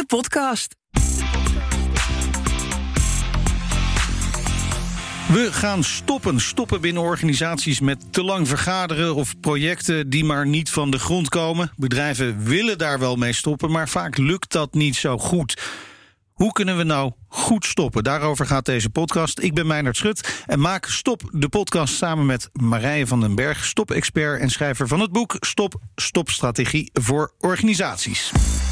podcast. We gaan stoppen binnen organisaties met te lang vergaderen of projecten die maar niet van de grond komen. Bedrijven willen daar wel mee stoppen, maar vaak lukt dat niet zo goed. Hoe kunnen we nou goed stoppen? Daarover gaat deze podcast. Ik ben Meijnerd Schut en maak Stop de podcast samen met Marije van den Berg, stop-expert en schrijver van het boek Stopstrategie voor organisaties.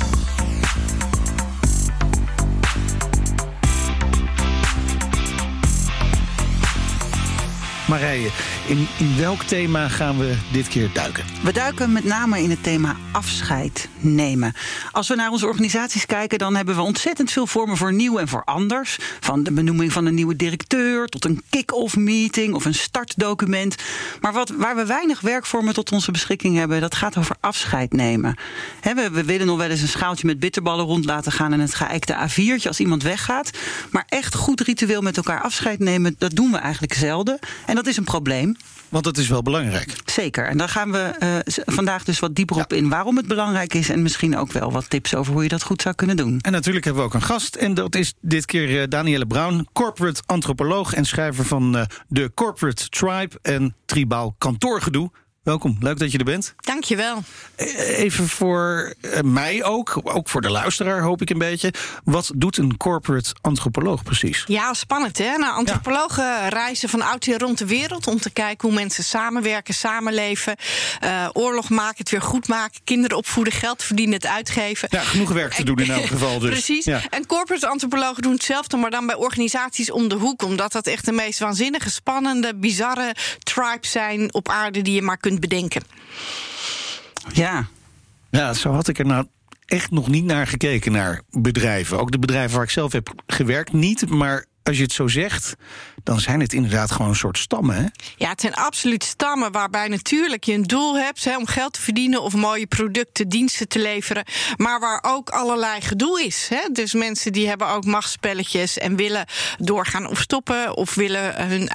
Marije, in welk thema gaan we dit keer duiken? We duiken met name in het thema afscheid nemen. Als we naar onze organisaties kijken, dan hebben we ontzettend veel vormen voor nieuw en voor anders. Van de benoeming van een nieuwe directeur tot een kick-off meeting of een startdocument. Maar waar we weinig werkvormen tot onze beschikking hebben, dat gaat over afscheid nemen. We willen nog wel eens een schaaltje met bitterballen rond laten gaan en het geëikte A4'tje als iemand weggaat. Maar echt goed ritueel met elkaar afscheid nemen, dat doen we eigenlijk zelden. En dat is een probleem. Want dat is wel belangrijk. Zeker. En daar gaan we vandaag dus wat dieper op in waarom het belangrijk is. En misschien ook wel wat tips over hoe je dat goed zou kunnen doen. En natuurlijk hebben we ook een gast. En dat is dit keer Danielle Brown, corporate antropoloog en schrijver van de Corporate Tribe en Tribaal Kantoorgedoe. Welkom, leuk dat je er bent. Dankjewel. Even voor mij ook voor de luisteraar hoop ik een beetje. Wat doet een corporate antropoloog precies? Ja, spannend hè. Nou, antropologen reizen van oud rond de wereld om te kijken hoe mensen samenwerken, samenleven, oorlog maken, het weer goed maken, kinderen opvoeden, geld verdienen, het uitgeven. Ja, genoeg werk te doen in elk geval dus. Precies. Ja. En corporate antropologen doen hetzelfde, maar dan bij organisaties om de hoek. Omdat dat echt de meest waanzinnige, spannende, bizarre tribes zijn op aarde die je maar kunt bedenken. Ja, zo had ik er nou echt nog niet naar gekeken, naar bedrijven. Ook de bedrijven waar ik zelf heb gewerkt niet, maar als je het zo zegt, dan zijn het inderdaad gewoon een soort stammen, hè? Ja, het zijn absoluut stammen waarbij natuurlijk je een doel hebt om geld te verdienen of mooie producten, diensten te leveren, maar waar ook allerlei gedoe is. Hè? Dus mensen die hebben ook machtsspelletjes en willen doorgaan of stoppen of willen hun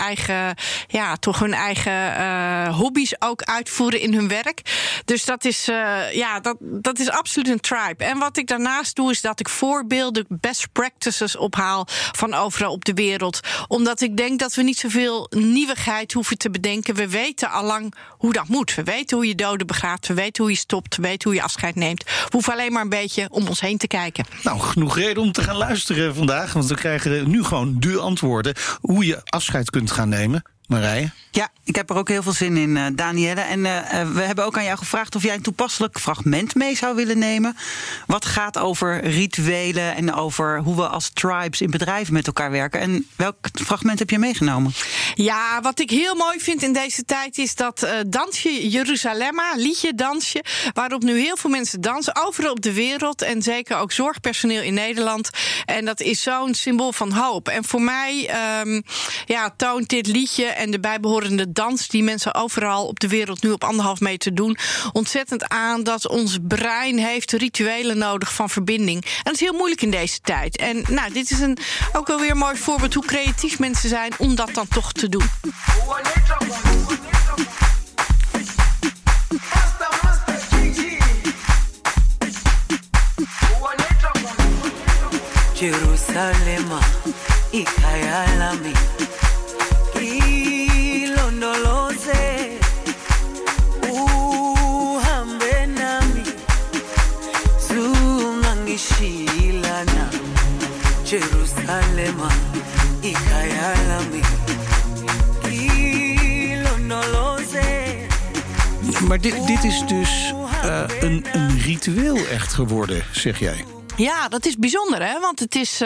eigen hobby's ook uitvoeren in hun werk. Dus dat is absoluut een tribe. En wat ik daarnaast doe is dat ik voorbeelden, best practices ophaal van overal op de wereld. Omdat ik denk dat we niet zoveel nieuwigheid hoeven te bedenken. We weten allang hoe dat moet. We weten hoe je doden begraaft. We weten hoe je stopt. We weten hoe je afscheid neemt. We hoeven alleen maar een beetje om ons heen te kijken. Nou, genoeg reden om te gaan luisteren vandaag. Want we krijgen nu gewoon de antwoorden hoe je afscheid kunt gaan nemen. Marije? Ja, ik heb er ook heel veel zin in, Danielle. En we hebben ook aan jou gevraagd of jij een toepasselijk fragment mee zou willen nemen. Wat gaat over rituelen en over hoe we als tribes in bedrijven met elkaar werken. En welk fragment heb je meegenomen? Ja, wat ik heel mooi vind in deze tijd is dat dansje Jeruzalemma, liedje, dansje, waarop nu heel veel mensen dansen, overal op de wereld en zeker ook zorgpersoneel in Nederland. En dat is zo'n symbool van hoop. En voor mij toont dit liedje en de bijbehorende dans die mensen overal op de wereld nu op 1,5 meter doen ontzettend aan dat ons brein heeft rituelen nodig van verbinding. En dat is heel moeilijk in deze tijd. En nou, dit is ook wel weer een mooi voorbeeld hoe creatief mensen zijn om dat dan toch te doen. Jerusalema, ikayalami, ilondoloze, uhambe nami, zungangishilana. Jerusalema, ikayalami, ilondoloze. Maar dit is dus een ritueel echt geworden, zeg jij? Ja, dat is bijzonder, hè? Want het is,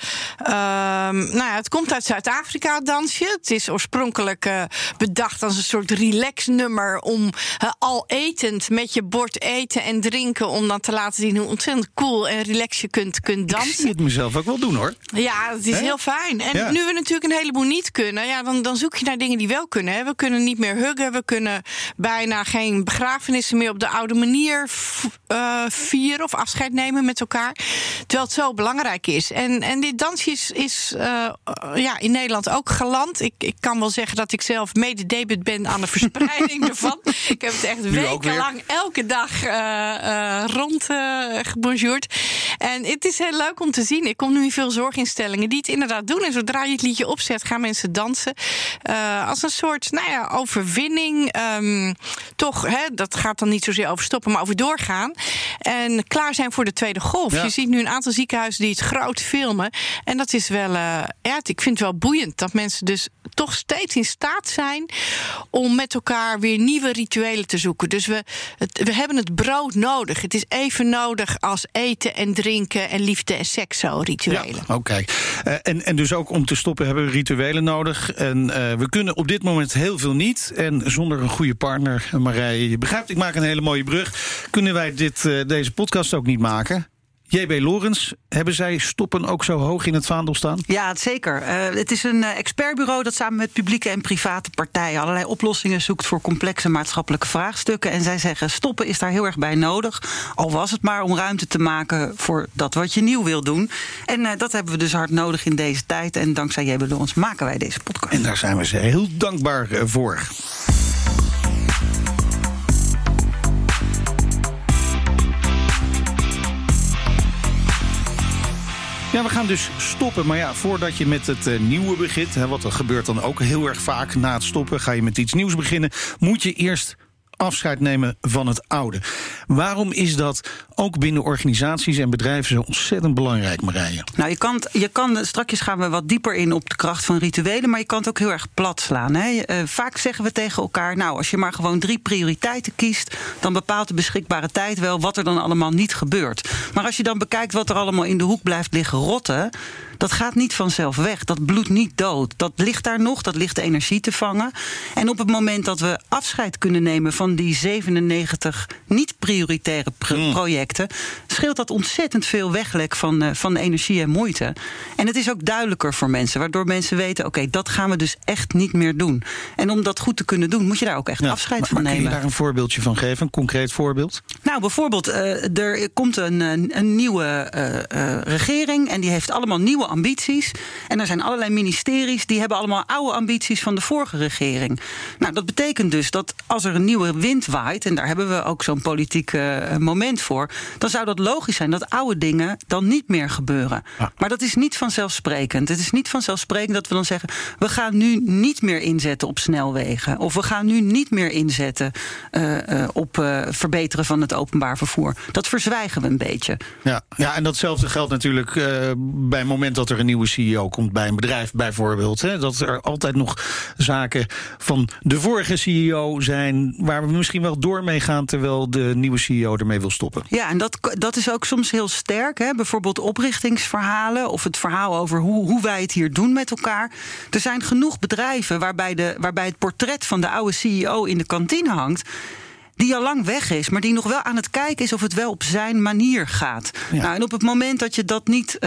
het komt uit Zuid-Afrika, het dansje. Het is oorspronkelijk bedacht als een soort relax-nummer om al etend met je bord eten en drinken, om dan te laten zien hoe ontzettend cool en relaxed je kunt dansen. Ik zie het mezelf ook wel doen, hoor. Ja, het is heel fijn. En nu we natuurlijk een heleboel niet kunnen, ja, dan zoek je naar dingen die wel kunnen. Hè. We kunnen niet meer huggen, we kunnen bijna geen begrafenissen meer op de oude manier vieren of afscheid nemen met elkaar. Terwijl het zo belangrijk is. En dit dansje is in Nederland ook geland. Ik kan wel zeggen dat ik zelf mede-debut ben aan de verspreiding ervan. Ik heb het echt wekenlang elke dag gebonjourd. En het is heel leuk om te zien. Ik kom nu in veel zorginstellingen die het inderdaad doen. En zodra je het liedje opzet, gaan mensen dansen. Als een soort overwinning. Toch, dat gaat dan niet zozeer over stoppen, maar over doorgaan. En klaar zijn voor de tweede golf. Ja. Je ziet nu een aantal ziekenhuizen die het groot filmen. En dat is wel, ik vind het wel boeiend dat mensen dus toch steeds in staat zijn om met elkaar weer nieuwe rituelen te zoeken. Dus we hebben het brood nodig. Het is even nodig als eten en drinken en liefde en seks, zo rituelen. Ja, oké. En dus ook om te stoppen hebben we rituelen nodig. En we kunnen op dit moment heel veel niet. En zonder een goede partner, Marije, je begrijpt, ik maak een hele mooie brug. Kunnen wij deze podcast ook niet maken? J.B. Lorens, hebben zij stoppen ook zo hoog in het vaandel staan? Ja, zeker. Het is een expertbureau dat samen met publieke en private partijen allerlei oplossingen zoekt voor complexe maatschappelijke vraagstukken. En zij zeggen, stoppen is daar heel erg bij nodig. Al was het maar om ruimte te maken voor dat wat je nieuw wil doen. En dat hebben we dus hard nodig in deze tijd. En dankzij J.B. Lorens maken wij deze podcast. En daar zijn we ze heel dankbaar voor. Ja, we gaan dus stoppen. Maar ja, voordat je met het nieuwe begint, wat er gebeurt dan ook heel erg vaak na het stoppen, ga je met iets nieuws beginnen, moet je eerst afscheid nemen van het oude. Waarom is dat ook binnen organisaties en bedrijven zo ontzettend belangrijk, Marije? Nou, je kan straks gaan we wat dieper in op de kracht van rituelen, maar je kan het ook heel erg plat slaan. Hè? Vaak zeggen we tegen elkaar, nou, als je maar gewoon 3 prioriteiten kiest, dan bepaalt de beschikbare tijd wel wat er dan allemaal niet gebeurt. Maar als je dan bekijkt wat er allemaal in de hoek blijft liggen rotten, dat gaat niet vanzelf weg. Dat bloedt niet dood. Dat ligt daar nog, dat ligt de energie te vangen. En op het moment dat we afscheid kunnen nemen van die 97 niet-prioritaire projecten, scheelt dat ontzettend veel weglek van energie en moeite. En het is ook duidelijker voor mensen, waardoor mensen weten, oké, dat gaan we dus echt niet meer doen. En om dat goed te kunnen doen, moet je daar ook echt afscheid van nemen. Kun je daar een voorbeeldje van geven, een concreet voorbeeld? Nou, bijvoorbeeld, er komt een nieuwe regering en die heeft allemaal nieuwe ambities. En er zijn allerlei ministeries die hebben allemaal oude ambities van de vorige regering. Nou, dat betekent dus dat als er een nieuwe wind waait, en daar hebben we ook zo'n politiek moment voor, dan zou dat logisch zijn dat oude dingen dan niet meer gebeuren. Ja. Maar dat is niet vanzelfsprekend. Het is niet vanzelfsprekend dat we dan zeggen, we gaan nu niet meer inzetten op snelwegen. Of we gaan nu niet meer inzetten op verbeteren van het openbaar vervoer. Dat verzwijgen we een beetje. Ja, en datzelfde geldt natuurlijk bij het moment dat er een nieuwe CEO komt bij een bedrijf bijvoorbeeld. Hè, dat er altijd nog zaken van de vorige CEO zijn waar we misschien wel door mee gaan terwijl de nieuwe CEO ermee wil stoppen. Ja, en dat is ook soms heel sterk. Hè? Bijvoorbeeld oprichtingsverhalen of het verhaal over hoe wij het hier doen met elkaar. Er zijn genoeg bedrijven waarbij het portret van de oude CEO in de kantine hangt, die al lang weg is, maar die nog wel aan het kijken is of het wel op zijn manier gaat. Ja. Nou, en op het moment dat je dat niet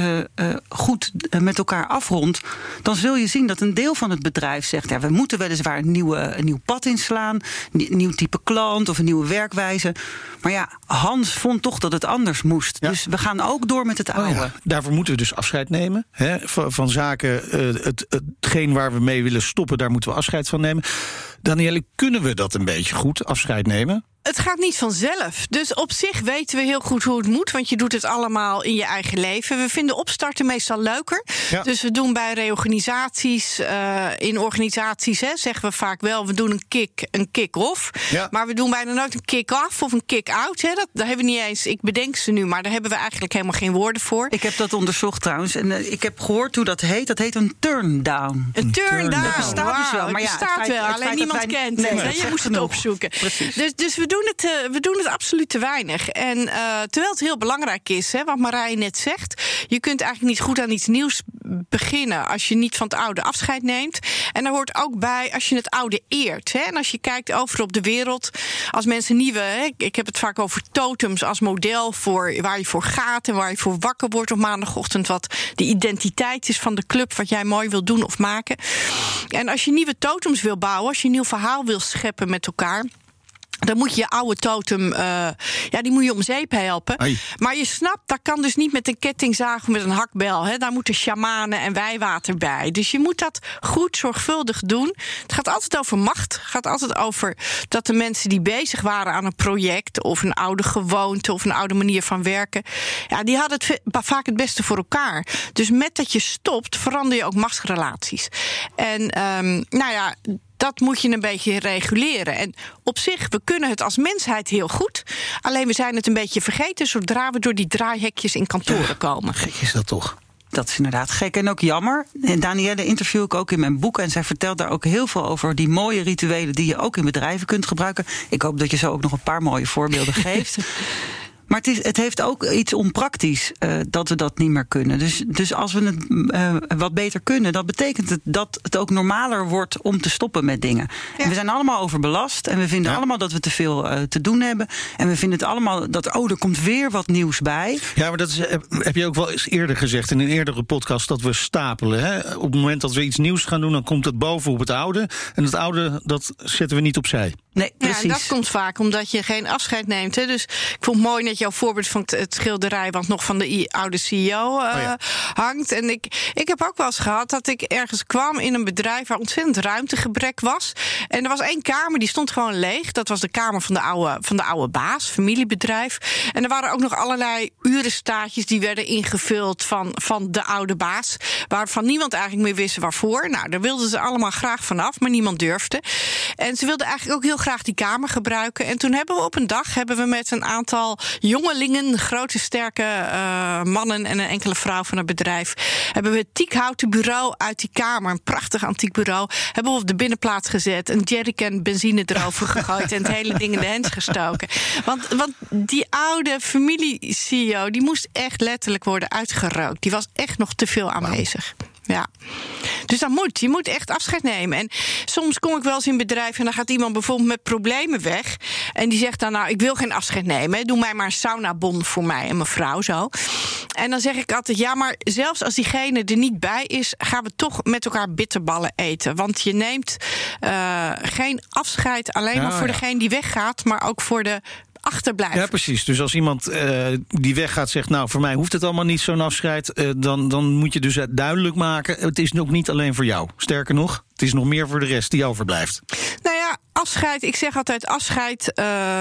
goed met elkaar afrondt, dan zul je zien dat een deel van het bedrijf zegt, ja, we moeten weliswaar een nieuw pad inslaan, een nieuw type klant of een nieuwe werkwijze. Maar ja, Hans vond toch dat het anders moest. Ja. Dus we gaan ook door met het oude. Ja. Daarvoor moeten we dus afscheid nemen. Hè? Van zaken, hetgeen waar we mee willen stoppen, daar moeten we afscheid van nemen. Danielle, kunnen we dat een beetje goed, afscheid nemen? Het gaat niet vanzelf. Dus op zich weten we heel goed hoe het moet, want je doet het allemaal in je eigen leven. We vinden opstarten meestal leuker. Ja. Dus we doen bij reorganisaties, in organisaties zeggen we vaak wel, we doen een kick-off. Ja. Maar we doen bijna nooit een kick-off of een kick-out. Daar hebben we niet eens, ik bedenk ze nu, maar daar hebben we eigenlijk helemaal geen woorden voor. Ik heb dat onderzocht trouwens en ik heb gehoord hoe dat heet. Dat heet een turn-down. Een turn-down. Dat bestaat dus wel. Maar het bestaat wel, alleen niemand kent het. Nee, je moest het opzoeken. Precies. Dus we doen het absoluut te weinig. En terwijl het heel belangrijk is, wat Marije net zegt, je kunt eigenlijk niet goed aan iets nieuws beginnen als je niet van het oude afscheid neemt. En daar hoort ook bij als je het oude eert. En als je kijkt overal op de wereld, als mensen nieuwe, ik heb het vaak over totems als model voor waar je voor gaat en waar je voor wakker wordt op maandagochtend, wat de identiteit is van de club, wat jij mooi wil doen of maken. En als je nieuwe totems wil bouwen, als je een nieuw verhaal wil scheppen met elkaar, Dan moet je je oude totem, die moet je om zeep helpen. Ai. Maar je snapt, dat kan dus niet met een kettingzaag of met een hakbel. Hè. Daar moeten shamanen en wijwater bij. Dus je moet dat goed, zorgvuldig doen. Het gaat altijd over macht. Het gaat altijd over dat de mensen die bezig waren aan een project, of een oude gewoonte of een oude manier van werken, die hadden het vaak het beste voor elkaar. Dus met dat je stopt, verander je ook machtsrelaties. En dat moet je een beetje reguleren. En op zich, we kunnen het als mensheid heel goed. Alleen we zijn het een beetje vergeten zodra we door die draaihekjes in kantoren komen. Gek is dat toch? Dat is inderdaad gek en ook jammer. En Danielle interview ik ook in mijn boek. En zij vertelt daar ook heel veel over die mooie rituelen die je ook in bedrijven kunt gebruiken. Ik hoop dat je zo ook nog een paar mooie voorbeelden geeft. Maar het heeft ook iets onpraktisch dat we dat niet meer kunnen. Dus als we het wat beter kunnen, dan betekent het dat het ook normaler wordt om te stoppen met dingen. Ja. En we zijn allemaal overbelast en we vinden allemaal dat we te veel te doen hebben. En we vinden het allemaal dat, er komt weer wat nieuws bij. Ja, maar dat heb je ook wel eens eerder gezegd in een eerdere podcast, dat we stapelen. Hè? Op het moment dat we iets nieuws gaan doen, dan komt het boven op het oude. En het oude, dat zetten we niet opzij. Nee, precies. Ja, en dat komt vaak omdat je geen afscheid neemt. Hè. Dus ik vond het mooi dat jouw voorbeeld van het schilderij, wat nog van de oude CEO hangt. En ik heb ook wel eens gehad dat ik ergens kwam in een bedrijf waar ontzettend ruimtegebrek was. En er was één kamer, die stond gewoon leeg. Dat was de kamer van de oude baas, familiebedrijf. En er waren ook nog allerlei urenstaatjes die werden ingevuld van de oude baas, waarvan niemand eigenlijk meer wist waarvoor. Nou, daar wilden ze allemaal graag vanaf, maar niemand durfde. En ze wilden eigenlijk ook heel graag die kamer gebruiken. En toen hebben we op een dag met een aantal jongelingen, grote sterke mannen en een enkele vrouw van het bedrijf, hebben we het teakhouten bureau uit die kamer, een prachtig antiek bureau, hebben we op de binnenplaats gezet, een jerrycan benzine erover gegooid en het hele ding in de hens gestoken. Want die oude familie-CEO, die moest echt letterlijk worden uitgerookt. Die was echt nog te veel aanwezig. Ja. Dus je moet echt afscheid nemen. En soms kom ik wel eens in bedrijven en dan gaat iemand bijvoorbeeld met problemen weg. En die zegt dan, ik wil geen afscheid nemen. Doe mij maar een saunabon voor mij en mijn vrouw zo. En dan zeg ik altijd, ja, maar zelfs als diegene er niet bij is, gaan we toch met elkaar bitterballen eten. Want je neemt geen afscheid alleen maar voor degene die weggaat, maar ook voor de achterblijven. Ja, precies. Dus als iemand die weggaat zegt, nou, voor mij hoeft het allemaal niet zo'n afscheid, dan moet je dus duidelijk maken, het is ook niet alleen voor jou. Sterker nog, het is nog meer voor de rest die overblijft. Nou ja, afscheid, ik zeg altijd, afscheid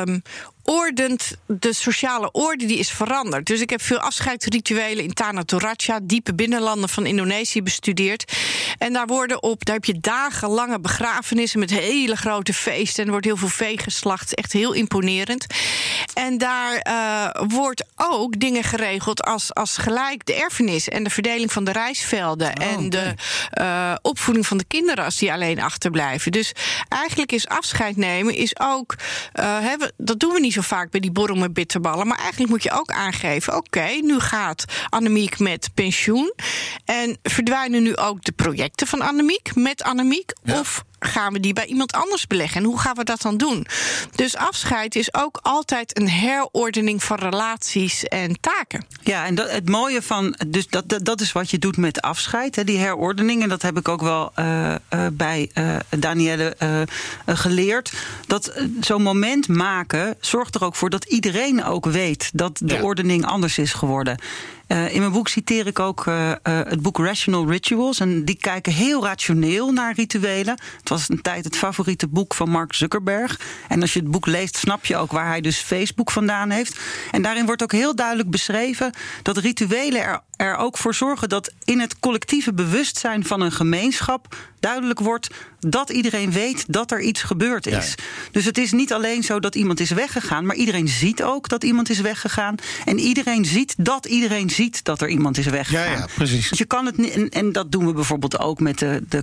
ordent de sociale orde, die is veranderd. Dus ik heb veel afscheidsrituelen in Tanah Toraja, diepe binnenlanden van Indonesië, bestudeerd. En daar heb je dagenlange begrafenissen met hele grote feesten. En er wordt heel veel vee geslacht. Het is echt heel imponerend. En daar wordt ook dingen geregeld als gelijk de erfenis en de verdeling van de rijstvelden en de opvoeding van de kinderen als die alleen achterblijven. Dus eigenlijk is afscheid nemen is ook, dat doen we niet zo vaak bij die borrel met bitterballen, maar eigenlijk moet je ook aangeven, oké, nu gaat Annemiek met pensioen en verdwijnen nu ook de projecten van Annemiek met Annemiek, of gaan we die bij iemand anders beleggen? En hoe gaan we dat dan doen? Dus afscheid is ook altijd een herordening van relaties en taken. Ja, en het mooie van, dus dat is wat je doet met afscheid, hè, die herordening. En dat heb ik ook wel bij Danielle geleerd. Dat zo'n moment maken zorgt er ook voor dat iedereen ook weet dat de ordening anders is geworden. In mijn boek citeer ik ook het boek Rational Rituals. En die kijken heel rationeel naar rituelen. Het was een tijd het favoriete boek van Mark Zuckerberg. En als je het boek leest, snap je ook waar hij dus Facebook vandaan heeft. En daarin wordt ook heel duidelijk beschreven dat rituelen er ook voor zorgen dat in het collectieve bewustzijn van een gemeenschap duidelijk wordt dat iedereen weet dat er iets gebeurd is. Ja. Dus het is niet alleen zo dat iemand is weggegaan, maar iedereen ziet ook dat iemand is weggegaan. En iedereen ziet dat er iemand is weggegaan. Ja, precies. Dus je kan het niet, en dat doen we bijvoorbeeld ook met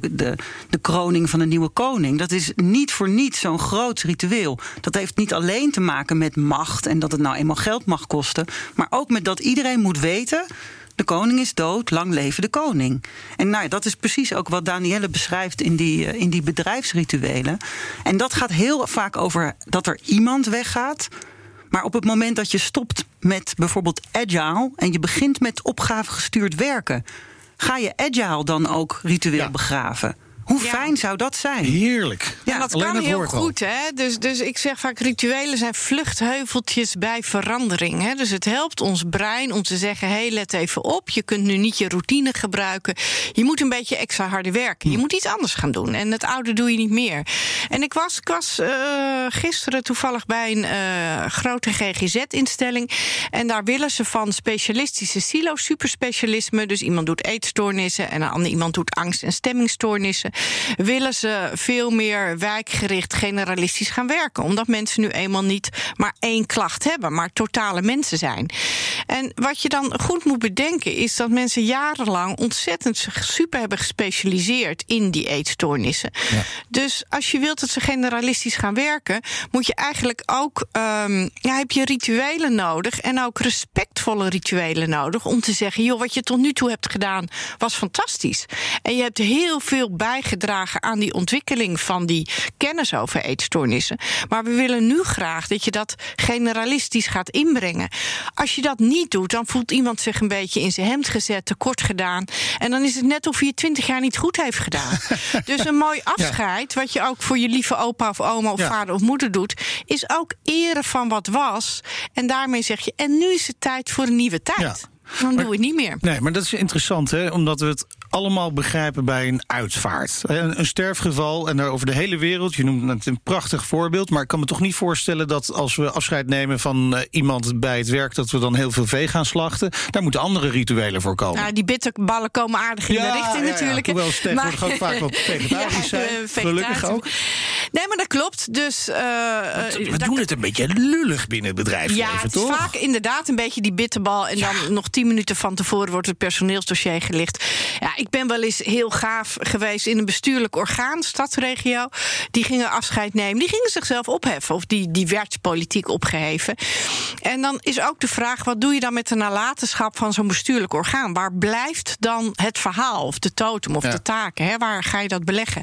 de kroning van een nieuwe koning. Dat is niet voor niets zo'n groot ritueel. Dat heeft niet alleen te maken met macht en dat het nou eenmaal geld mag kosten, maar ook met dat iedereen moet weten, de koning is dood, lang leven de koning. En nou ja, dat is precies ook wat Danielle beschrijft in die bedrijfsrituelen. En dat gaat heel vaak over dat er iemand weggaat. Maar op het moment dat je stopt met bijvoorbeeld agile en je begint met opgavegestuurd werken, ga je agile dan ook ritueel begraven? Hoe fijn zou dat zijn? Heerlijk. Ja, dat alleen kan het heel woord al. goed. Hè? Dus ik zeg vaak, rituelen zijn vluchtheuveltjes bij verandering. Hè? Dus het helpt ons brein om te zeggen, let even op. Je kunt nu niet je routine gebruiken. Je moet een beetje extra harder werken. Je moet iets anders gaan doen. En het oude doe je niet meer. En ik was gisteren toevallig bij een grote GGZ-instelling. En daar willen ze van specialistische superspecialisme. Dus iemand doet eetstoornissen en een ander iemand doet angst- en stemmingstoornissen. Willen ze veel meer wijkgericht generalistisch gaan werken. Omdat mensen nu eenmaal niet maar één klacht hebben, maar totale mensen zijn. En wat je dan goed moet bedenken is dat mensen jarenlang ontzettend super hebben gespecialiseerd in die eetstoornissen. Ja. Dus als je wilt dat ze generalistisch gaan werken, moet je eigenlijk ook heb je rituelen nodig en ook respectvolle rituelen nodig om te zeggen, joh, wat je tot nu toe hebt gedaan was fantastisch. En je hebt heel veel bijgedragen aan die ontwikkeling van die kennis over eetstoornissen. Maar we willen nu graag dat je dat generalistisch gaat inbrengen. Als je dat niet doet, dan voelt iemand zich een beetje in zijn hemd gezet, tekort gedaan. En dan is het net of je 20 jaar niet goed heeft gedaan. Dus een mooi afscheid, wat je ook voor je lieve opa of oma of vader of moeder doet, is ook eren van wat was. En daarmee zeg je, en nu is het tijd voor een nieuwe tijd. Ja. Dan doen we het niet meer. Nee, maar dat is interessant, hè? Omdat we het allemaal begrijpen bij een uitvaart. Een sterfgeval en over de hele wereld. Je noemt het een prachtig voorbeeld. Maar ik kan me toch niet voorstellen dat als we afscheid nemen van iemand bij het werk, dat we dan heel veel vee gaan slachten. Daar moeten andere rituelen voor komen. Nou, die bitterballen komen aardig in de richting natuurlijk. Hoewel ze tegenwoordig ook vaak wat vegetarisch zijn. Gelukkig ook. Nee, maar dat klopt. Dus, we doen het een beetje lullig binnen het bedrijfsleven, toch? Ja, het is vaak inderdaad een beetje die bitterbal. En dan nog 10 minuten van tevoren wordt het personeelsdossier gelicht. Ja, ik ben wel eens heel gaaf geweest in een bestuurlijk orgaan, stadsregio. Die gingen afscheid nemen. Die gingen zichzelf opheffen. Of die werd politiek opgeheven. En dan is ook de vraag, wat doe je dan met de nalatenschap van zo'n bestuurlijk orgaan? Waar blijft dan het verhaal of de totem of de taken? Hè? Waar ga je dat beleggen?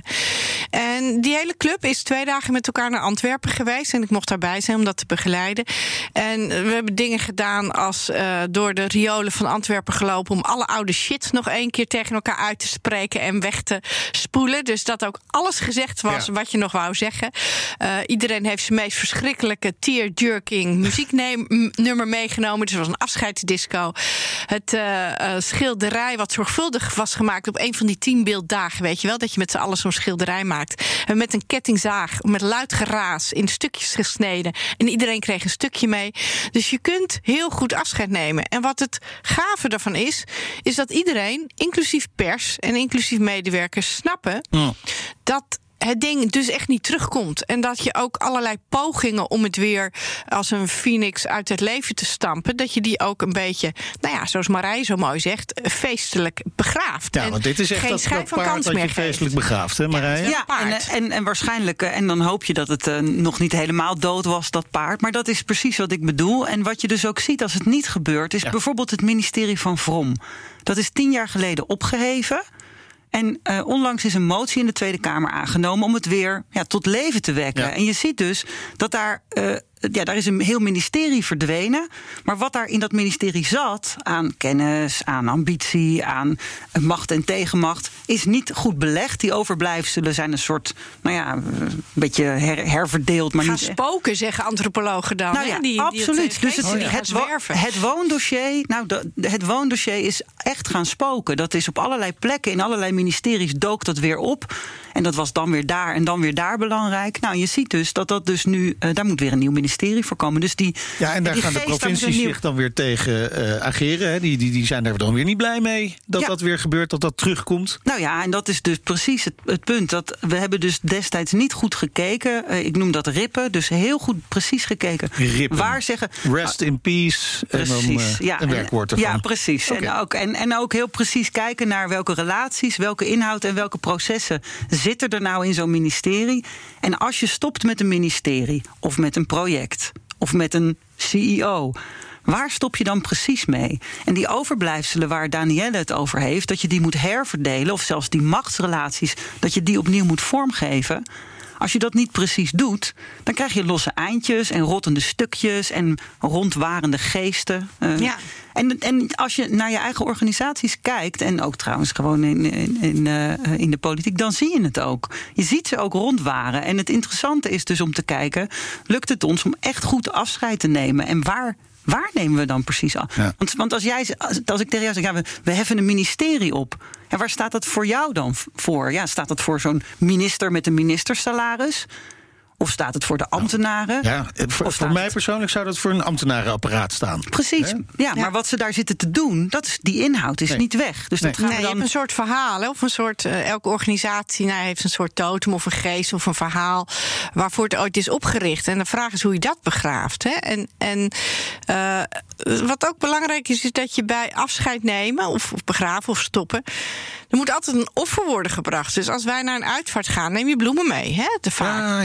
En die hele club is 2 dagen met elkaar naar Antwerpen geweest. En ik mocht daarbij zijn om dat te begeleiden. En we hebben dingen gedaan als door de riolen van Antwerpen gelopen om alle oude shit nog 1 keer tegen elkaar uit te spreken en weg te spoelen. Dus dat ook alles gezegd was wat je nog wou zeggen. Iedereen heeft zijn meest verschrikkelijke tear-jerking muzieknummer meegenomen. Dus het was een afscheidsdisco. Het schilderij wat zorgvuldig was gemaakt op een van die 10 beelddagen, weet je wel, dat je met z'n allen zo'n schilderij maakt. En met een kettingzaag, met luid geraas, in stukjes gesneden. En iedereen kreeg een stukje mee. Dus je kunt heel goed afscheid nemen. En wat het gave daarvan is dat iedereen, inclusief pers en inclusief medewerkers, snappen dat het ding dus echt niet terugkomt. En dat je ook allerlei pogingen om het weer als een phoenix uit het leven te stampen, dat je die ook een beetje, zoals Marij zo mooi zegt, feestelijk begraaft. Ja, want dit is echt dat paard dat je feestelijk begraaft, hè Marij? Ja, en waarschijnlijk, en dan hoop je dat het nog niet helemaal dood was, dat paard. Maar dat is precies wat ik bedoel. En wat je dus ook ziet als het niet gebeurt, is bijvoorbeeld het ministerie van Vrom. Dat is 10 jaar geleden opgeheven. En onlangs is een motie in de Tweede Kamer aangenomen om het weer tot leven te wekken. Ja. En je ziet dus dat daar is een heel ministerie verdwenen. Maar wat daar in dat ministerie zat, aan kennis, aan ambitie, aan macht en tegenmacht, is niet goed belegd. Die overblijfselen zijn een soort, een beetje herverdeeld. Maar gaan spoken, zeggen antropologen dan. Nou ja, absoluut. Dus het woondossier, het woondossier is echt gaan spoken. Dat is op allerlei plekken, in allerlei ministeries dook dat weer op. En dat was dan weer daar en dan weer daar belangrijk. Nou, je ziet dus dat dus nu, daar moet weer een nieuw ministerie voor komen. Dus en daar gaan de provincies zich dan weer tegen ageren. Hè? Die zijn daar dan weer niet blij mee dat weer gebeurt, dat terugkomt. Nou ja, en dat is dus precies het punt. Dat we hebben dus destijds niet goed gekeken. Ik noem dat rippen. Dus heel goed precies gekeken. Rippen. Waar zeggen, rest in peace. Precies. En dan een werkwoord ervan. Ja, precies. Okay. En ook heel precies kijken naar welke relaties, welke inhoud en welke processen zitten er nou in zo'n ministerie. En als je stopt met een ministerie of met een project of met een CEO, waar stop je dan precies mee? En die overblijfselen waar Danielle het over heeft, dat je die moet herverdelen, of zelfs die machtsrelaties, dat je die opnieuw moet vormgeven. Als je dat niet precies doet, dan krijg je losse eindjes en rottende stukjes en rondwarende geesten. En als je naar je eigen organisaties kijkt, en ook trouwens gewoon in de politiek, dan zie je het ook. Je ziet ze ook rondwaren. En het interessante is dus om te kijken, lukt het ons om echt goed afscheid te nemen? En waar nemen we dan precies af? Ja. Want als ik tegen jou zeg, we heffen een ministerie op. En waar staat dat voor jou dan voor? Ja, staat dat voor zo'n minister met een ministersalaris? Of staat het voor de ambtenaren? Ja, voor mij persoonlijk zou dat voor een ambtenarenapparaat staan. Precies, maar wat ze daar zitten te doen, die inhoud is niet weg. Dus dat gaan we dan... Je hebt een soort verhaal, of een soort, elke organisatie heeft een soort totem of een geest of een verhaal waarvoor het ooit is opgericht. En de vraag is hoe je dat begraaft. Hè? En wat ook belangrijk is dat je bij afscheid nemen of begraven of stoppen, er moet altijd een offer worden gebracht. Dus als wij naar een uitvaart gaan, neem je bloemen mee, hè, te vaak.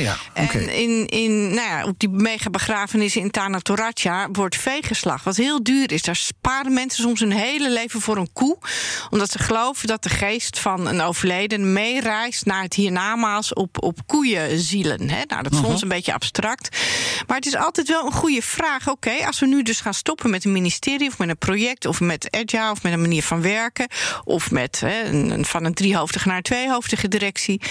En op die megabegrafenissen in Tanah Toraja wordt vee geslacht, wat heel duur is. Daar sparen mensen soms hun hele leven voor een koe, omdat ze geloven dat de geest van een overleden meereist naar het hiernamaals op koeienzielen. Hè. Nou, dat is ons een beetje abstract. Maar het is altijd wel een goede vraag. Oké, als we nu dus gaan stoppen met een ministerie of met een project of met agile of met een manier van werken of met van een 3-hoofdige naar een 2-hoofdige directie.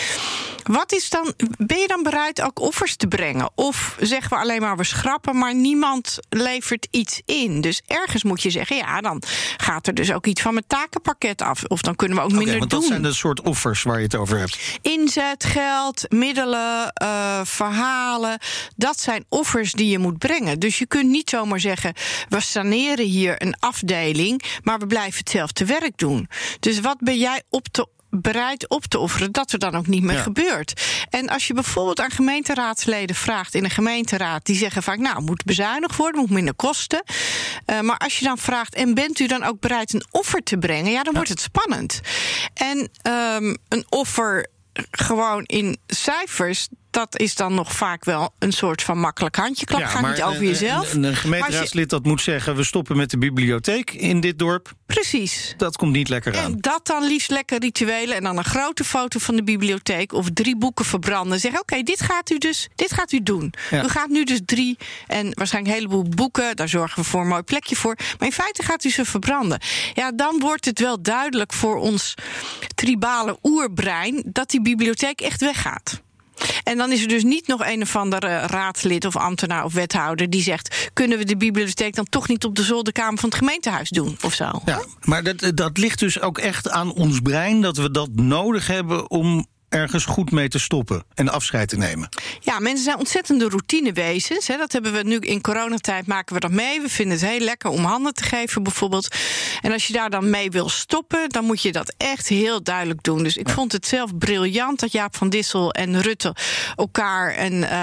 Ben je dan bereid ook offers te brengen? Of zeggen we alleen maar we schrappen, maar niemand levert iets in? Dus ergens moet je zeggen, dan gaat er dus ook iets van mijn takenpakket af. Of dan kunnen we ook minder doen. Dat zijn de soort offers waar je het over hebt. Inzet, geld, middelen, verhalen. Dat zijn offers die je moet brengen. Dus je kunt niet zomaar zeggen, we saneren hier een afdeling, maar we blijven hetzelfde werk doen. Dus wat ben jij bereid op te offeren dat er dan ook niet meer gebeurt? En als je bijvoorbeeld aan gemeenteraadsleden vraagt in een gemeenteraad, die zeggen vaak, moet bezuinigd worden, moet minder kosten. Maar als je dan vraagt, en bent u dan ook bereid een offer te brengen? Dan wordt het spannend. En een offer gewoon in cijfers, dat is dan nog vaak wel een soort van makkelijk handjeklap. Gaat niet over jezelf. Een gemeenteraadslid dat moet zeggen, we stoppen met de bibliotheek in dit dorp. Precies. Dat komt niet lekker aan. En dat dan liefst lekker rituelen en dan een grote foto van de bibliotheek of 3 boeken verbranden. Zeggen, oké, dit gaat u doen. Ja. U gaat nu dus 3 en waarschijnlijk een heleboel boeken, daar zorgen we voor een mooi plekje voor. Maar in feite gaat u ze verbranden. Ja, dan wordt het wel duidelijk voor ons tribale oerbrein dat die bibliotheek echt weggaat. En dan is er dus niet nog een of andere raadslid of ambtenaar of wethouder die zegt, kunnen we de bibliotheek dan toch niet op de zolderkamer van het gemeentehuis doen of zo? Ja, maar dat ligt dus ook echt aan ons brein, dat we dat nodig hebben om ergens goed mee te stoppen en afscheid te nemen. Ja, mensen zijn ontzettende routinewezens. Hè. Dat hebben we nu in coronatijd, maken we dat mee. We vinden het heel lekker om handen te geven bijvoorbeeld. En als je daar dan mee wil stoppen, dan moet je dat echt heel duidelijk doen. Dus ik vond het zelf briljant dat Jaap van Dissel en Rutte elkaar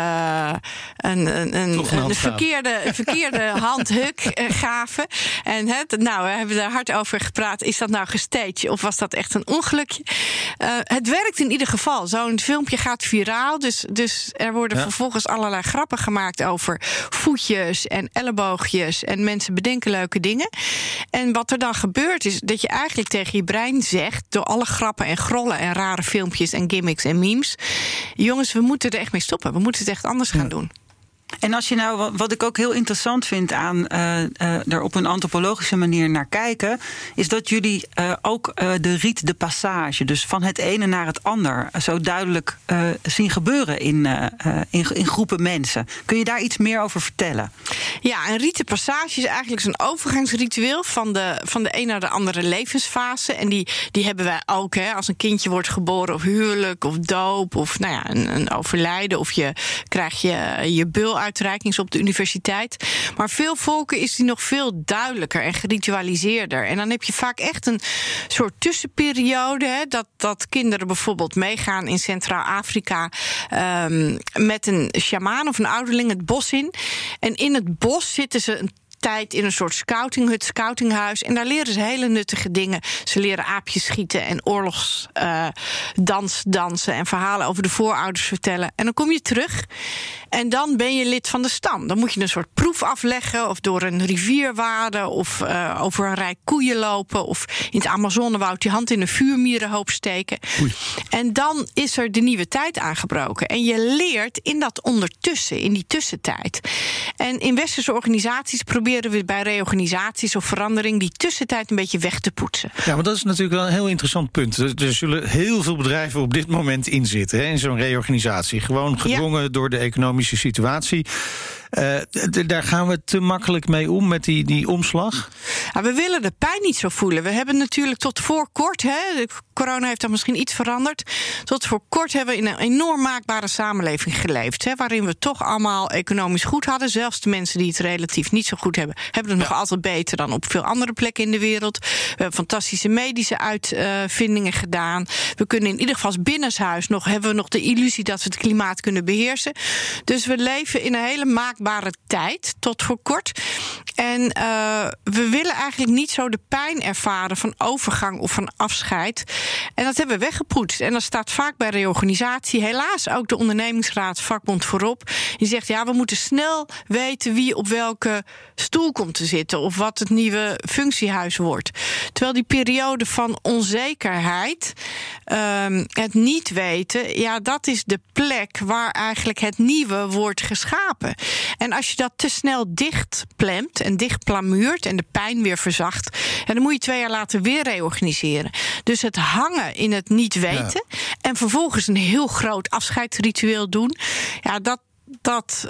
een verkeerde handhuk gaven. En we hebben er hard over gepraat. Is dat nou gestaged of was dat echt een ongelukje? Het werkt in ieder geval. Zo'n filmpje gaat viraal. Dus er worden vervolgens allerlei grappen gemaakt over voetjes en elleboogjes. En mensen bedenken leuke dingen. En wat er dan gebeurt is dat je eigenlijk tegen je brein zegt, door alle grappen en grollen en rare filmpjes en gimmicks en memes, jongens, we moeten er echt mee stoppen. We moeten het echt anders gaan doen. En als je nou, wat ik ook heel interessant vind aan er op een antropologische manier naar kijken, is dat jullie ook de rite de passage, dus van het ene naar het ander, zo duidelijk zien gebeuren in groepen mensen. Kun je daar iets meer over vertellen? Ja, een rite de passage is eigenlijk een overgangsritueel van de een naar de andere levensfase. En die hebben wij ook, hè, als een kindje wordt geboren of huwelijk of doop of een overlijden of je krijgt je bul-uitreikings op de universiteit. Maar veel volken is die nog veel duidelijker en geritualiseerder. En dan heb je vaak echt een soort tussenperiode, hè, dat kinderen bijvoorbeeld meegaan in Centraal-Afrika met een sjamaan of een ouderling het bos in. En in het bos zitten ze een tijd in een soort scoutinghut, scoutinghuis. En daar leren ze hele nuttige dingen. Ze leren aapjes schieten en oorlogsdans dansen en verhalen over de voorouders vertellen. En dan kom je terug En dan ben je lid van de stam. Dan moet je een soort proef afleggen, of door een rivier waden, of over een rij koeien lopen, of in het Amazonewoud je hand in een vuurmierenhoop steken. Oei. En dan is er de nieuwe tijd aangebroken. En je leert in dat ondertussen, in die tussentijd. En in westerse organisaties proberen we bij reorganisaties of verandering die tussentijd een beetje weg te poetsen. Ja, maar dat is natuurlijk wel een heel interessant punt. Er zullen heel veel bedrijven op dit moment in zitten, hè, in zo'n reorganisatie. Gewoon gedwongen door de economische situatie. Daar gaan we te makkelijk mee om met die omslag? Ja, we willen de pijn niet zo voelen. We hebben natuurlijk tot voor kort, corona heeft dan misschien iets veranderd, tot voor kort hebben we in een enorm maakbare samenleving geleefd, waarin we toch allemaal economisch goed hadden. Zelfs de mensen die het relatief niet zo goed hebben, hebben het nog altijd beter dan op veel andere plekken in de wereld. We hebben fantastische medische uitvindingen gedaan. We kunnen in ieder geval binnenshuis hebben we nog de illusie dat we het klimaat kunnen beheersen. Dus we leven in een hele maakbare tijd, tot voor kort. En we willen eigenlijk niet zo de pijn ervaren van overgang of van afscheid. En dat hebben we weggepoetst. En dat staat vaak bij reorganisatie. Helaas ook de ondernemingsraad, vakbond voorop. Die zegt, we moeten snel weten wie op welke stoel komt te zitten, of wat het nieuwe functiehuis wordt. Terwijl die periode van onzekerheid, het niet weten, dat is de plek waar eigenlijk het nieuwe wordt geschapen. En als je dat te snel dichtplemt en dichtplamuurt en de pijn weer verzacht, dan moet je 2 jaar later weer reorganiseren. Dus het hangen in het niet weten en vervolgens een heel groot afscheidsritueel doen, dat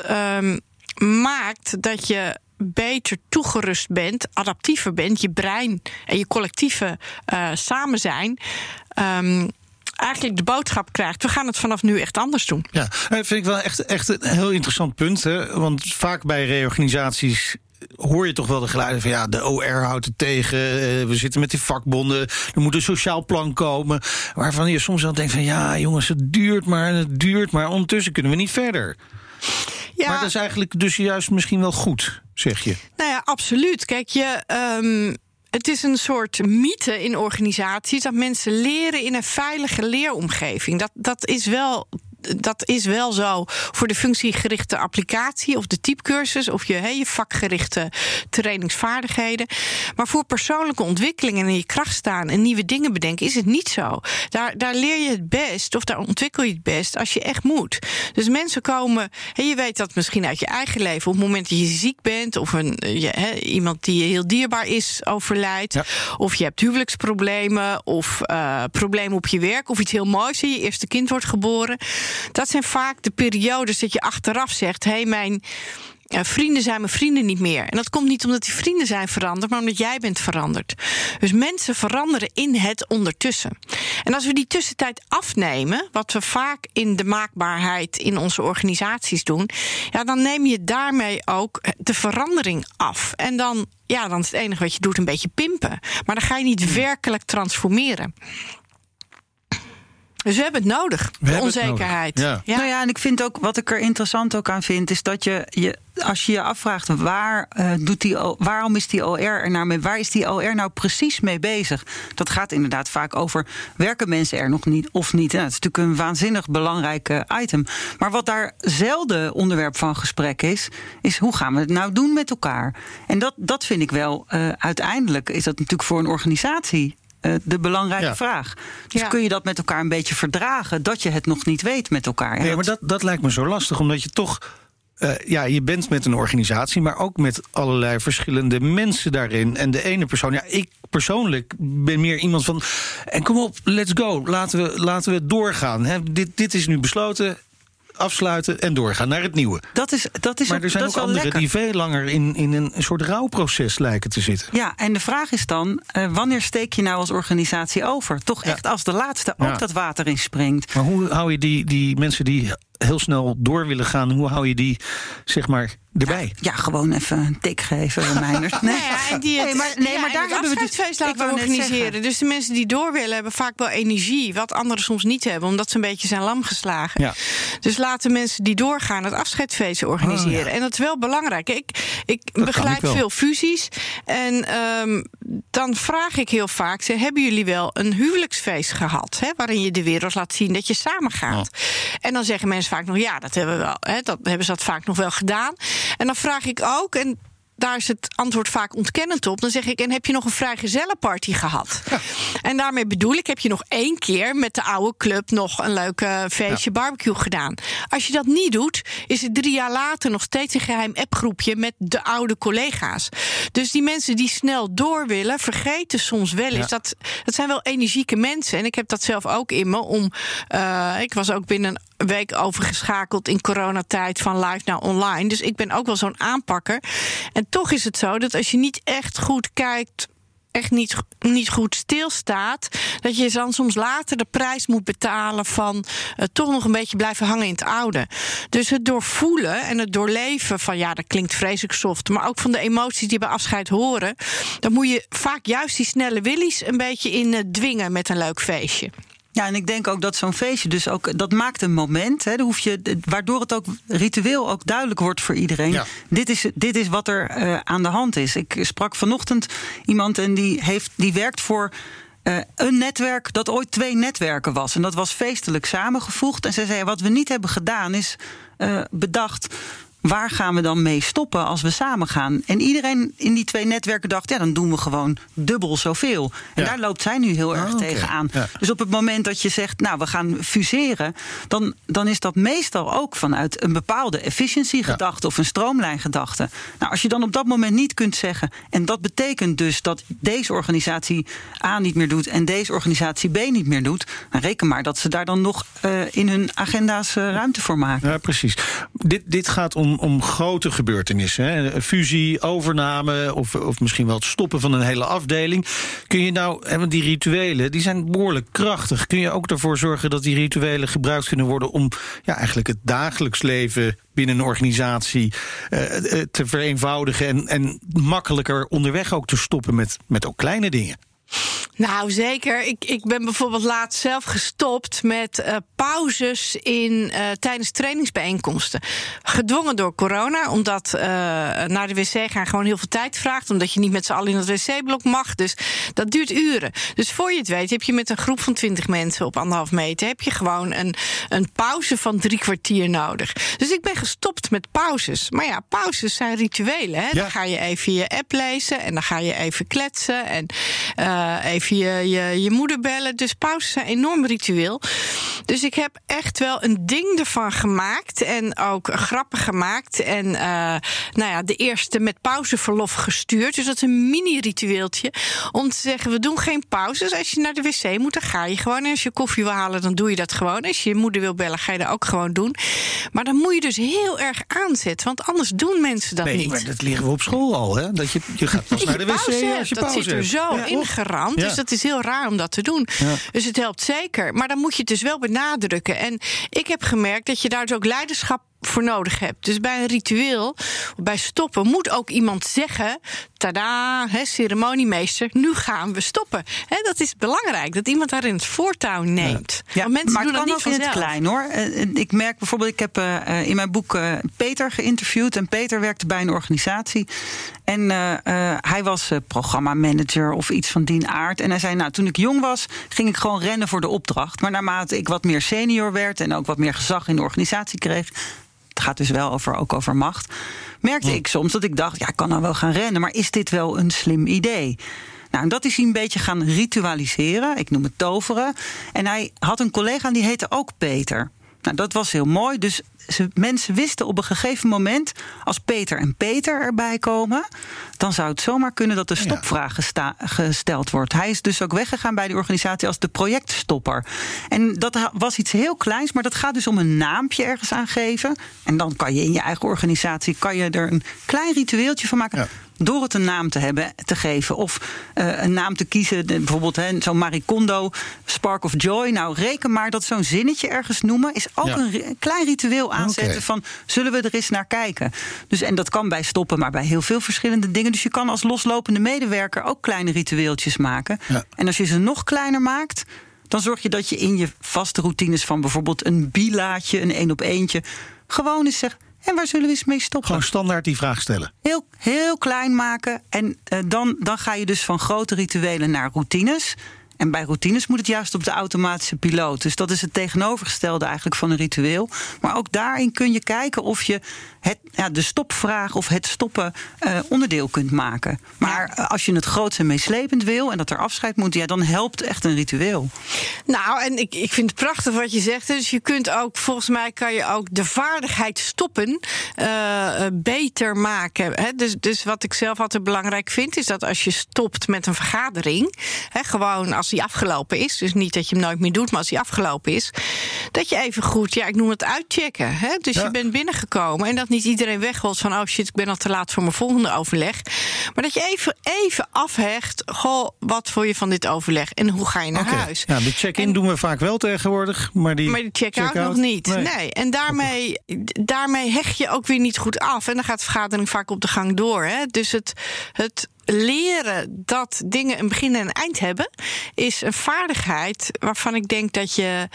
maakt dat je beter toegerust bent, adaptiever bent, je brein en je collectieve samen zijn, eigenlijk de boodschap krijgt, we gaan het vanaf nu echt anders doen. Ja, dat vind ik wel echt een heel interessant punt. Hè? Want vaak bij reorganisaties hoor je toch wel de geluiden van de OR houdt het tegen, we zitten met die vakbonden, er moet een sociaal plan komen, waarvan je soms wel denkt van jongens, het duurt maar ondertussen kunnen we niet verder. Ja. Maar dat is eigenlijk dus juist misschien wel goed, zeg je. Nou ja, absoluut. Kijk, het is een soort mythe in organisaties dat mensen leren in een veilige leeromgeving. Dat is wel zo voor de functiegerichte applicatie of de typecursus of je vakgerichte trainingsvaardigheden. Maar voor persoonlijke ontwikkeling en in je kracht staan en nieuwe dingen bedenken is het niet zo. Daar leer je het best of daar ontwikkel je het best als je echt moet. Dus mensen komen, je weet dat misschien uit je eigen leven, op het moment dat je ziek bent of iemand die je heel dierbaar is overlijdt, of je hebt huwelijksproblemen of problemen op je werk of iets heel moois, je eerste kind wordt geboren. Dat zijn vaak de periodes dat je achteraf zegt, mijn vrienden zijn mijn vrienden niet meer. En dat komt niet omdat die vrienden zijn veranderd, maar omdat jij bent veranderd. Dus mensen veranderen in het ondertussen. En als we die tussentijd afnemen, wat we vaak in de maakbaarheid in onze organisaties doen, dan neem je daarmee ook de verandering af. En dan is het enige wat je doet een beetje pimpen. Maar dan ga je niet werkelijk transformeren. Dus we hebben het nodig, de onzekerheid. Ja. Nou ja, en ik vind ook, wat ik er interessant ook aan vind, is dat als je je afvraagt waarom is die OR er nou mee, waar is die OR nou precies mee bezig? Dat gaat inderdaad vaak over, werken mensen er nog niet of niet? Dat is natuurlijk een waanzinnig belangrijk item. Maar wat daar zelden onderwerp van gesprek is hoe gaan we het nou doen met elkaar? En dat vind ik wel, uiteindelijk is dat natuurlijk voor een organisatie de belangrijke vraag. Dus kun je dat met elkaar een beetje verdragen, dat je het nog niet weet met elkaar? Nee, maar dat lijkt me zo lastig, omdat je toch je bent met een organisatie, maar ook met allerlei verschillende mensen daarin. En de ene persoon, ik persoonlijk ben meer iemand van, en kom op, let's go, laten we doorgaan. Dit is nu besloten, afsluiten en doorgaan naar het nieuwe. Maar er zijn ook anderen die veel langer in een soort rouwproces lijken te zitten. Ja, en de vraag is dan, wanneer steek je nou als organisatie over? Toch echt als de laatste ook dat water inspringt. Maar hoe hou je die mensen die heel snel door willen gaan, hoe hou je die, zeg maar, erbij. Ja, gewoon even een tik geven, Meiners. Maar daar hebben we dus afscheidsfeest laten organiseren. Dus de mensen die door willen hebben vaak wel energie, wat anderen soms niet hebben, omdat ze een beetje zijn lam geslagen. Ja. Dus laten mensen die doorgaan het afscheidsfeest organiseren. En dat is wel belangrijk. Ik begeleid veel fusies en dan vraag ik heel vaak, hebben jullie wel een huwelijksfeest gehad, waarin je de wereld laat zien dat je samen gaat? En dan zeggen mensen vaak nog, ja, dat hebben we wel. Dat hebben ze dat vaak nog wel gedaan. En dan vraag ik ook, en daar is het antwoord vaak ontkennend op. Dan zeg ik, en heb je nog een vrijgezellenparty gehad? Ja. En daarmee bedoel ik, heb je nog 1 keer met de oude club nog een leuk feestje barbecue gedaan? Als je dat niet doet, is het 3 jaar later nog steeds een geheim appgroepje met de oude collega's. Dus die mensen die snel door willen, vergeten soms wel eens. Dat zijn wel energieke mensen. En ik heb dat zelf ook in me. Ik was ook binnen een week overgeschakeld in coronatijd van live naar online. Dus ik ben ook wel zo'n aanpakker. En toch is het zo dat als je niet echt goed kijkt, echt niet goed stilstaat, dat je dan soms later de prijs moet betalen van toch nog een beetje blijven hangen in het oude. Dus het doorvoelen en het doorleven van, ja, dat klinkt vreselijk soft, maar ook van de emoties die bij afscheid horen, dan moet je vaak juist die snelle willies een beetje in dwingen met een leuk feestje. Ja, en ik denk ook dat zo'n feestje dus ook, dat maakt een moment, hè, waardoor het ook ritueel ook duidelijk wordt voor iedereen. Ja. Dit is wat er aan de hand is. Ik sprak vanochtend iemand en die werkt voor een netwerk dat ooit 2 netwerken was. En dat was feestelijk samengevoegd. En zij zei, wat we niet hebben gedaan is bedacht, waar gaan we dan mee stoppen als we samen gaan? En iedereen in die 2 netwerken dacht, ja, dan doen we gewoon dubbel zoveel. En daar loopt zij nu heel erg tegenaan. Ja. Dus op het moment dat je zegt, nou, we gaan fuseren, dan is dat meestal ook vanuit een bepaalde efficiency-gedachte of een stroomlijngedachte. Nou, als je dan op dat moment niet kunt zeggen, en dat betekent dus dat deze organisatie A niet meer doet en deze organisatie B niet meer doet, dan reken maar dat ze daar dan nog in hun agenda's ruimte voor maken. Ja, precies. Dit gaat om grote gebeurtenissen. Hè? Fusie, overname of misschien wel het stoppen van een hele afdeling. Kun je nou, want die rituelen die zijn behoorlijk krachtig. Kun je ook ervoor zorgen dat die rituelen gebruikt kunnen worden om eigenlijk het dagelijks leven binnen een organisatie te vereenvoudigen en makkelijker onderweg ook te stoppen met ook kleine dingen? Nou, zeker. Ik ben bijvoorbeeld laatst zelf gestopt met pauzes tijdens trainingsbijeenkomsten. Gedwongen door corona, omdat naar de wc gaan gewoon heel veel tijd vraagt, omdat je niet met z'n allen in het wc-blok mag. Dus dat duurt uren. Dus voor je het weet heb je met een groep van 20 mensen op 1,5 meter heb je gewoon een pauze van 3 kwartier nodig. Dus ik ben gestopt met pauzes. Maar ja, pauzes zijn rituelen. Hè? Ja. Dan ga je even je app lezen en dan ga je even kletsen en even je moeder bellen. Dus pauzes zijn enorm ritueel. Dus ik heb echt wel een ding ervan gemaakt en ook grappen gemaakt. En de eerste met pauzeverlof gestuurd. Dus dat is een mini-ritueeltje om te zeggen, we doen geen pauzes. Als je naar de wc moet, dan ga je gewoon. En als je koffie wil halen, dan doe je dat gewoon. Als je je moeder wil bellen, ga je dat ook gewoon doen. Maar dan moet je dus heel erg aanzetten, want anders doen mensen dat niet. Maar dat leren we op school al, hè? Dat je gaat pas naar de wc als je pauze hebt. Dat zit er zo ingeramd. Dus dat is heel raar om dat te doen. Ja. Dus het helpt zeker. Maar dan moet je het dus wel benadrukken. En ik heb gemerkt dat je daar dus ook leiderschap voor nodig hebt. Dus bij een ritueel, bij stoppen, moet ook iemand zeggen, tada, ceremoniemeester, nu gaan we stoppen. Dat is belangrijk, dat iemand daarin het voortouw neemt. Ja. Want mensen maar doen het kan dat niet ook vanzelf. In het klein, hoor. Ik merk bijvoorbeeld, ik heb in mijn boek Peter geïnterviewd. En Peter werkte bij een organisatie. En hij was programmamanager of iets van die aard. En hij zei, nou, toen ik jong was, ging ik gewoon rennen voor de opdracht. Maar naarmate ik wat meer senior werd en ook wat meer gezag in de organisatie kreeg, het gaat dus wel ook over macht, merkte ik soms dat ik dacht, ja, ik kan nou wel gaan rennen, maar is dit wel een slim idee? Nou, en dat is hij een beetje gaan ritualiseren. Ik noem het toveren. En hij had een collega die heette ook Peter. Nou, dat was heel mooi. Dus mensen wisten op een gegeven moment, als Peter en Peter erbij komen, dan zou het zomaar kunnen dat de stopvraag gesteld wordt. Hij is dus ook weggegaan bij die organisatie als de projectstopper. En dat was iets heel kleins, maar dat gaat dus om een naampje ergens aan geven. En dan kan je in je eigen organisatie er een klein ritueeltje van maken. Ja. door het een naam te geven. Of een naam te kiezen, bijvoorbeeld zo'n Marie Kondo, Spark of Joy. Nou, reken maar dat zo'n zinnetje ergens noemen is ook een klein ritueel aanzetten van, zullen we er eens naar kijken? Dus, en dat kan bij stoppen, maar bij heel veel verschillende dingen. Dus je kan als loslopende medewerker ook kleine ritueeltjes maken. Ja. En als je ze nog kleiner maakt, dan zorg je dat je in je vaste routines van bijvoorbeeld een bilaatje, een 1-op-1'tje, gewoon eens zegt, en waar zullen we eens mee stoppen? Gewoon standaard die vraag stellen. Heel klein maken. En dan ga je dus van grote rituelen naar routines. En bij routines moet het juist op de automatische piloot. Dus dat is het tegenovergestelde eigenlijk van een ritueel. Maar ook daarin kun je kijken of je de stopvraag of het stoppen onderdeel kunt maken. Maar als je het groots en meeslepend wil en dat er afscheid moet, dan helpt echt een ritueel. Nou, en ik vind het prachtig wat je zegt. Dus je kunt ook, volgens mij kan je ook de vaardigheid stoppen beter maken. Hè? Dus wat ik zelf altijd belangrijk vind, is dat als je stopt met een vergadering, gewoon als die afgelopen is, dus niet dat je hem nooit meer doet, maar als die afgelopen is, dat je even goed, ik noem het uitchecken. Dus je bent binnengekomen en dat niet iedereen wegholt van, oh shit, ik ben al te laat voor mijn volgende overleg. Maar dat je even afhecht, goh, wat vond je van dit overleg en hoe ga je naar huis? Ja, de check-in doen we vaak wel tegenwoordig, maar die check-out nog niet. Nee. En daarmee hecht je ook weer niet goed af. En dan gaat de vergadering vaak op de gang door. Dus het leren dat dingen een begin en een eind hebben, is een vaardigheid waarvan ik denk dat je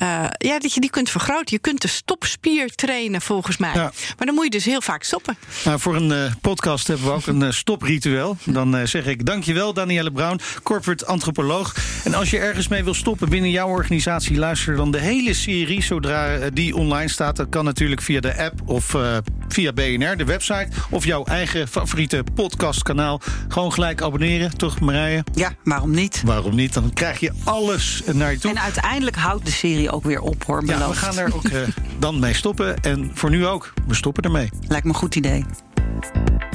die kunt vergroten. Je kunt de stopspier trainen, volgens mij. Ja. Maar dan moet je dus heel vaak stoppen. Nou, voor een podcast hebben we ook een stopritueel. Dan zeg ik dankjewel, Danielle Brown, corporate antropoloog. En als je ergens mee wil stoppen binnen jouw organisatie, luister dan de hele serie zodra die online staat. Dat kan natuurlijk via de app of via BNR, de website, of jouw eigen favoriete podcastkanaal. Gewoon gelijk abonneren, toch Marije? Ja, waarom niet? Waarom niet? Dan krijg je alles naar je toe. En uiteindelijk houdt de serie ook weer op, hoor. Ja, we gaan er ook dan mee stoppen. En voor nu ook, we stoppen ermee. Lijkt me een goed idee.